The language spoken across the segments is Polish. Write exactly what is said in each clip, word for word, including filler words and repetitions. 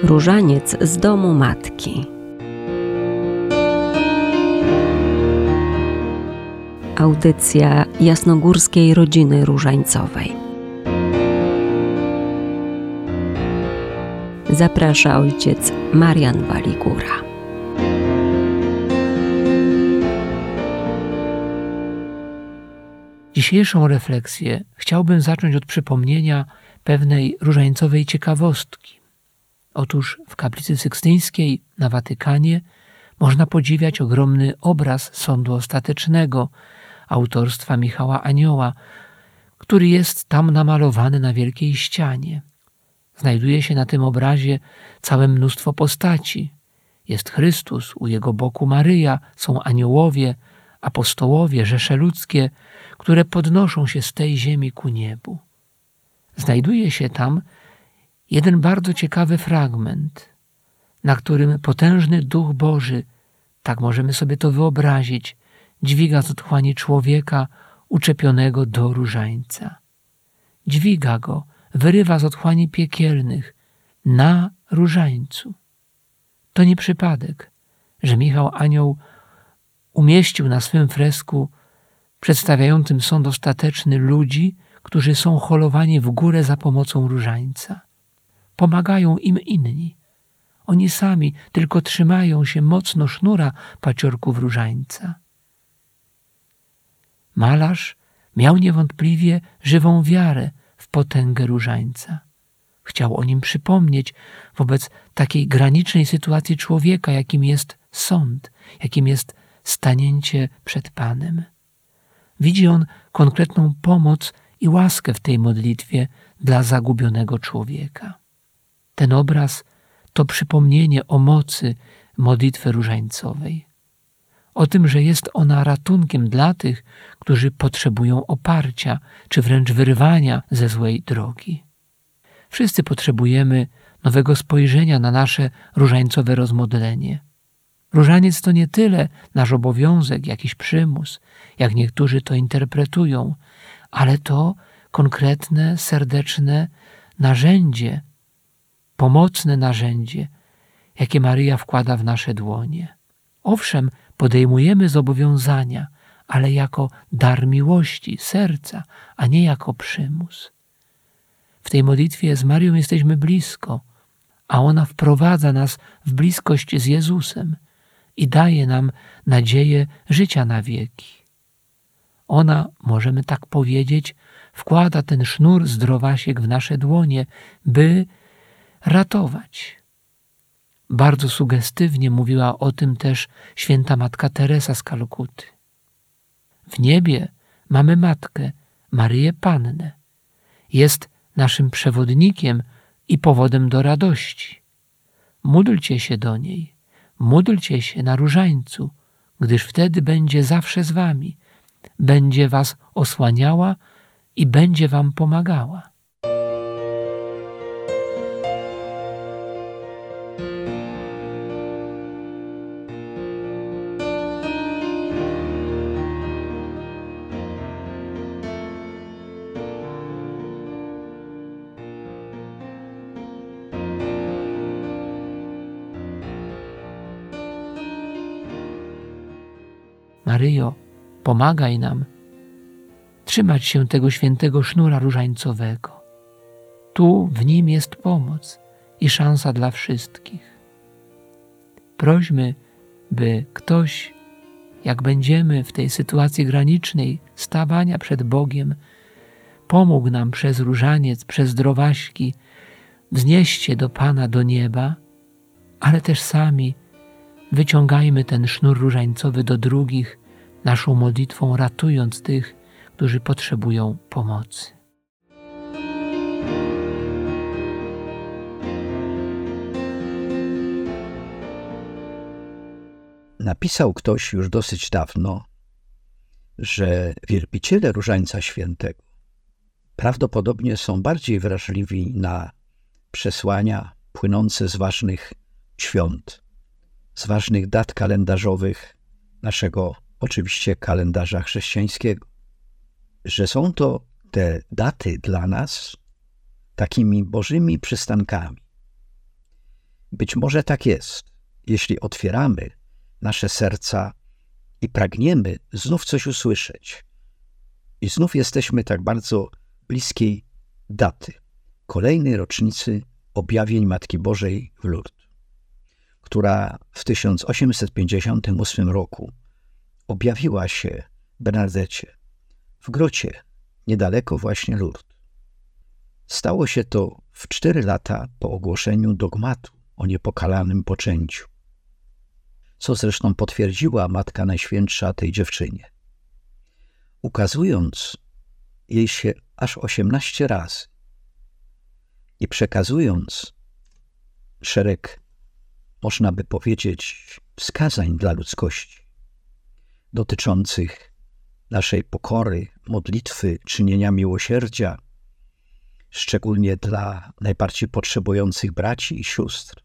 Różaniec z domu matki. Audycja jasnogórskiej rodziny różańcowej. Zaprasza ojciec Marian Waligura. Dzisiejszą refleksję chciałbym zacząć od przypomnienia pewnej różańcowej ciekawostki. Otóż w kaplicy sykstyńskiej na Watykanie można podziwiać ogromny obraz sądu ostatecznego autorstwa Michała Anioła, który jest tam namalowany na wielkiej ścianie. Znajduje się na tym obrazie całe mnóstwo postaci. Jest Chrystus, u Jego boku Maryja, są aniołowie, apostołowie, rzesze ludzkie, które podnoszą się z tej ziemi ku niebu. Znajduje się tam jeden bardzo ciekawy fragment, na którym potężny Duch Boży, tak możemy sobie to wyobrazić, dźwiga z otchłani człowieka uczepionego do różańca. Dźwiga go, wyrywa z otchłani piekielnych na różańcu. To nie przypadek, że Michał Anioł umieścił na swym fresku przedstawiającym sąd ostateczny ludzi, którzy są holowani w górę za pomocą różańca. Pomagają im inni. Oni sami tylko trzymają się mocno sznura paciorków różańca. Malarz miał niewątpliwie żywą wiarę w potęgę różańca. Chciał o nim przypomnieć wobec takiej granicznej sytuacji człowieka, jakim jest sąd, jakim jest stanięcie przed Panem. Widzi on konkretną pomoc i łaskę w tej modlitwie dla zagubionego człowieka. Ten obraz to przypomnienie o mocy modlitwy różańcowej. O tym, że jest ona ratunkiem dla tych, którzy potrzebują oparcia, czy wręcz wyrwania ze złej drogi. Wszyscy potrzebujemy nowego spojrzenia na nasze różańcowe rozmodlenie. Różaniec to nie tyle nasz obowiązek, jakiś przymus, jak niektórzy to interpretują, ale to konkretne, serdeczne narzędzie, pomocne narzędzie, jakie Maryja wkłada w nasze dłonie. Owszem, podejmujemy zobowiązania, ale jako dar miłości, serca, a nie jako przymus. W tej modlitwie z Maryją jesteśmy blisko, a ona wprowadza nas w bliskość z Jezusem i daje nam nadzieję życia na wieki. Ona, możemy tak powiedzieć, wkłada ten sznur zdrowasiek w nasze dłonie, by ratować. Bardzo sugestywnie mówiła o tym też święta Matka Teresa z Kalkuty. W niebie mamy Matkę, Maryję Pannę. Jest naszym przewodnikiem i powodem do radości. Módlcie się do niej, módlcie się na różańcu, gdyż wtedy będzie zawsze z wami, będzie was osłaniała i będzie wam pomagała. Maryjo, pomagaj nam trzymać się tego świętego sznura różańcowego. Tu w nim jest pomoc i szansa dla wszystkich. Prośmy, by ktoś, jak będziemy w tej sytuacji granicznej stawania przed Bogiem, pomógł nam przez różaniec, przez zdrowaśki wznieść się do Pana, do nieba, ale też sami wyciągajmy ten sznur różańcowy do drugich, naszą modlitwą ratując tych, którzy potrzebują pomocy. Napisał ktoś już dosyć dawno, że wielbiciele Różańca Świętego prawdopodobnie są bardziej wrażliwi na przesłania płynące z ważnych świąt, z ważnych dat kalendarzowych naszego oczywiście kalendarza chrześcijańskiego, że są to te daty dla nas takimi bożymi przystankami. Być może tak jest, jeśli otwieramy nasze serca i pragniemy znów coś usłyszeć. I znów jesteśmy tak bardzo bliskiej daty, kolejnej rocznicy objawień Matki Bożej w Lourdes, która w tysiąc osiemset pięćdziesiątym ósmym roku objawiła się Bernadecie w grocie niedaleko właśnie Lourdes. Stało się to w cztery lata po ogłoszeniu dogmatu o niepokalanym poczęciu, co zresztą potwierdziła Matka Najświętsza tej dziewczynie, ukazując jej się aż osiemnaście razy i przekazując szereg, można by powiedzieć, wskazań dla ludzkości dotyczących naszej pokory, modlitwy, czynienia miłosierdzia, szczególnie dla najbardziej potrzebujących braci i sióstr.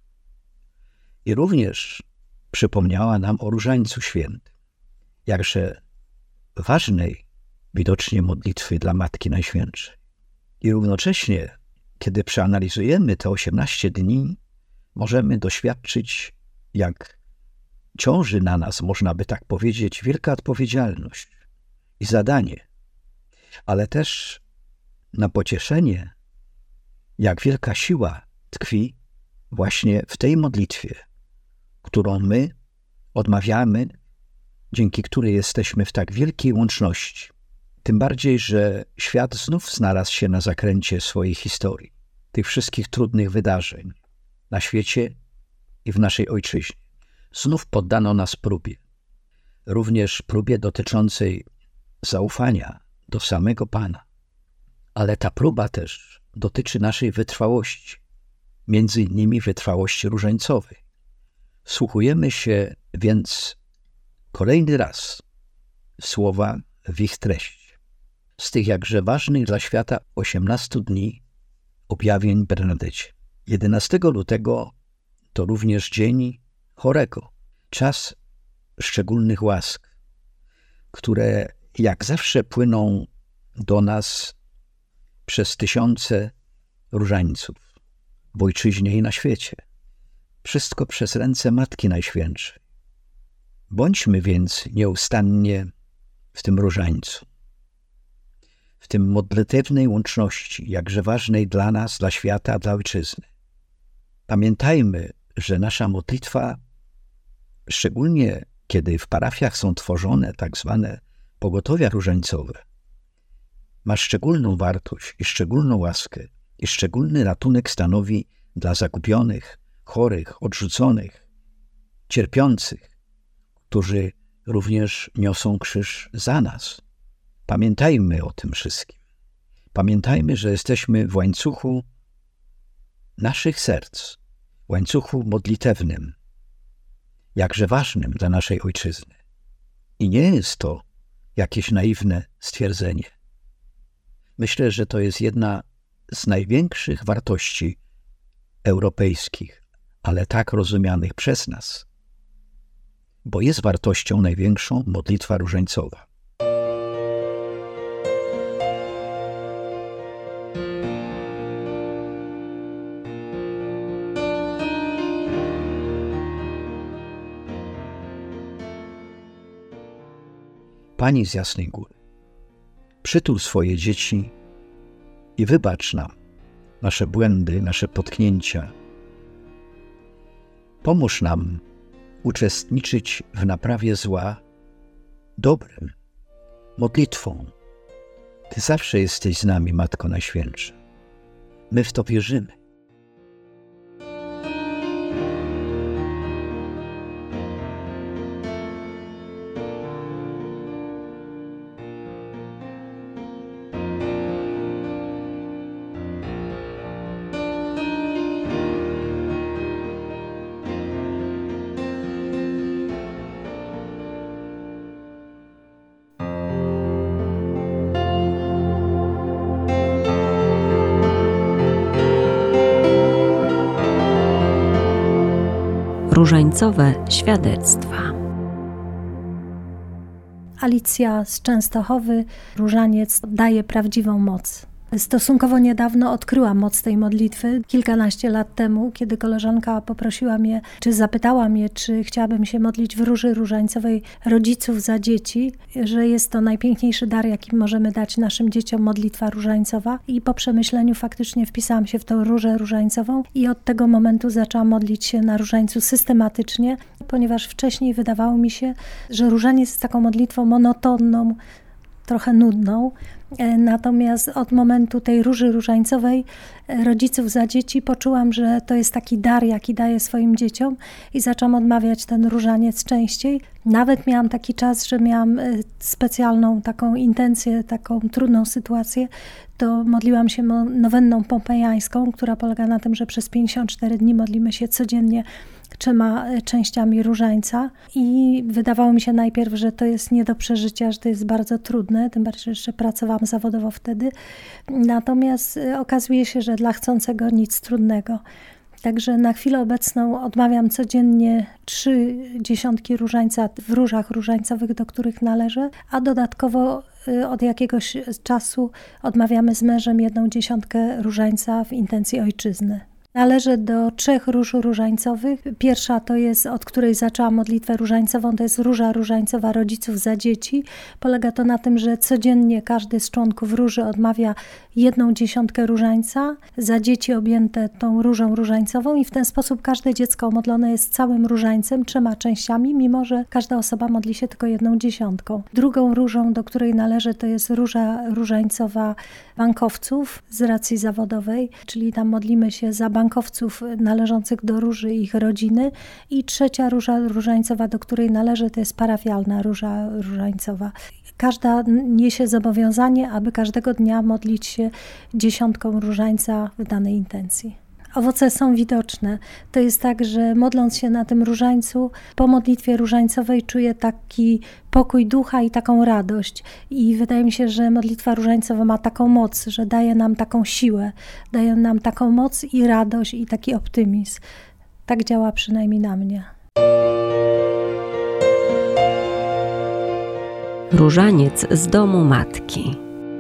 I również przypomniała nam o Różańcu Świętym, jakże ważnej widocznie modlitwy dla Matki Najświętszej. I równocześnie, kiedy przeanalizujemy te osiemnaście dni, możemy doświadczyć, jak ciąży na nas, można by tak powiedzieć, wielka odpowiedzialność i zadanie, ale też na pocieszenie, jak wielka siła tkwi właśnie w tej modlitwie, którą my odmawiamy, dzięki której jesteśmy w tak wielkiej łączności. Tym bardziej, że świat znów znalazł się na zakręcie swojej historii, tych wszystkich trudnych wydarzeń na świecie i w naszej ojczyźnie. Znów poddano nas próbie, również próbie dotyczącej zaufania do samego Pana. Ale ta próba też dotyczy naszej wytrwałości, między innymi wytrwałości różańcowej. Wsłuchujemy się więc kolejny raz w słowa, w ich treść. Z tych jakże ważnych dla świata osiemnastu dni objawień Bernadecie. jedenastego lutego to również dzień chorego, czas szczególnych łask, które jak zawsze płyną do nas przez tysiące różańców w ojczyźnie i na świecie. Wszystko przez ręce Matki Najświętszej. Bądźmy więc nieustannie w tym różańcu, w tym modlitewnej łączności, jakże ważnej dla nas, dla świata, dla ojczyzny. Pamiętajmy, że nasza modlitwa, szczególnie kiedy w parafiach są tworzone tak zwane pogotowia różańcowe, ma szczególną wartość i szczególną łaskę i szczególny ratunek stanowi dla zagubionych, chorych, odrzuconych, cierpiących, którzy również niosą krzyż za nas. Pamiętajmy o tym wszystkim. Pamiętajmy, że jesteśmy w łańcuchu naszych serc, łańcuchu modlitewnym, jakże ważnym dla naszej ojczyzny. I nie jest to jakieś naiwne stwierdzenie. Myślę, że to jest jedna z największych wartości europejskich, ale tak rozumianych przez nas, bo jest wartością największą modlitwa różańcowa. Pani z Jasnej Góry, przytul swoje dzieci i wybacz nam nasze błędy, nasze potknięcia. Pomóż nam uczestniczyć w naprawie zła dobrem, modlitwą. Ty zawsze jesteś z nami, Matko Najświętsza. My w to wierzymy. Różańcowe świadectwa. Alicja z Częstochowy. Różaniec daje prawdziwą moc. Stosunkowo niedawno odkryłam moc tej modlitwy. Kilkanaście lat temu, kiedy koleżanka poprosiła mnie, czy zapytała mnie, czy chciałabym się modlić w Róży Różańcowej rodziców za dzieci, że jest to najpiękniejszy dar, jaki możemy dać naszym dzieciom, modlitwa różańcowa. I po przemyśleniu faktycznie wpisałam się w tą Różę Różańcową i od tego momentu zaczęłam modlić się na różańcu systematycznie, ponieważ wcześniej wydawało mi się, że różaniec jest taką modlitwą monotonną, trochę nudną. Natomiast od momentu tej Róży Różańcowej rodziców za dzieci poczułam, że to jest taki dar, jaki daję swoim dzieciom i zaczęłam odmawiać ten różaniec częściej. Nawet miałam taki czas, że miałam specjalną taką intencję, taką trudną sytuację, to modliłam się nowenną pompejańską, która polega na tym, że przez pięćdziesiąt cztery dni modlimy się codziennie trzema częściami różańca i wydawało mi się najpierw, że to jest nie do przeżycia, że to jest bardzo trudne, tym bardziej, że jeszcze pracowałam zawodowo wtedy. Natomiast okazuje się, że dla chcącego nic trudnego. Także na chwilę obecną odmawiam codziennie trzy dziesiątki różańca w różach różańcowych, do których należę, a dodatkowo od jakiegoś czasu odmawiamy z mężem jedną dziesiątkę różańca w intencji ojczyzny. Należę do trzech róż różańcowych. Pierwsza to jest, od której zaczęłam modlitwę różańcową, to jest Róża Różańcowa rodziców za dzieci. Polega to na tym, że codziennie każdy z członków róży odmawia jedną dziesiątkę różańca za dzieci objęte tą różą różańcową i w ten sposób każde dziecko omodlone jest całym różańcem, trzema częściami, mimo że każda osoba modli się tylko jedną dziesiątką. Drugą różą, do której należę, to jest Róża Różańcowa bankowców z racji zawodowej, czyli tam modlimy się za bankowców należących do róży i ich rodziny. I trzecia Róża Różańcowa, do której należę, to jest parafialna Róża Różańcowa. Każda niesie zobowiązanie, aby każdego dnia modlić się dziesiątką różańca w danej intencji. Owoce są widoczne. To jest tak, że modląc się na tym różańcu, po modlitwie różańcowej czuję taki pokój ducha i taką radość. I wydaje mi się, że modlitwa różańcowa ma taką moc, że daje nam taką siłę, daje nam taką moc i radość i taki optymizm. Tak działa przynajmniej na mnie. Różaniec z domu matki.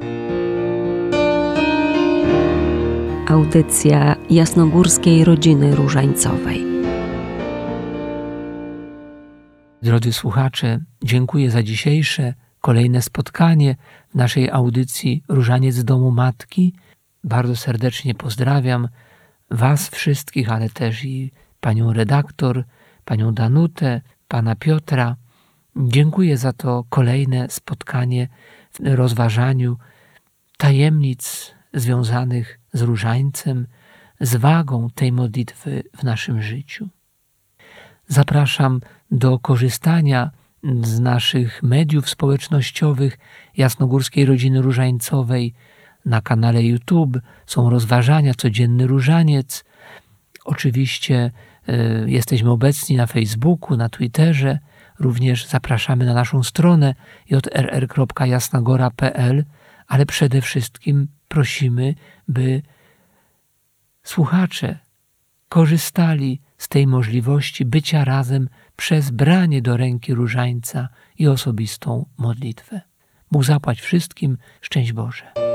Audycja Jasnogórskiej Rodziny Różańcowej. Drodzy słuchacze, dziękuję za dzisiejsze, kolejne spotkanie w naszej audycji Różaniec z domu matki. Bardzo serdecznie pozdrawiam Was wszystkich, ale też i panią redaktor, panią Danutę, pana Piotra. Dziękuję za to kolejne spotkanie w rozważaniu tajemnic związanych z różańcem, z wagą tej modlitwy w naszym życiu. Zapraszam do korzystania z naszych mediów społecznościowych Jasnogórskiej Rodziny Różańcowej. Na kanale YouTube są rozważania, codzienny różaniec. Oczywiście y, jesteśmy obecni na Facebooku, na Twitterze. Również zapraszamy na naszą stronę j r r kropka jasnogora kropka p l, ale przede wszystkim prosimy, by słuchacze korzystali z tej możliwości bycia razem przez branie do ręki różańca i osobistą modlitwę. Bóg zapłać wszystkim. Szczęść Boże.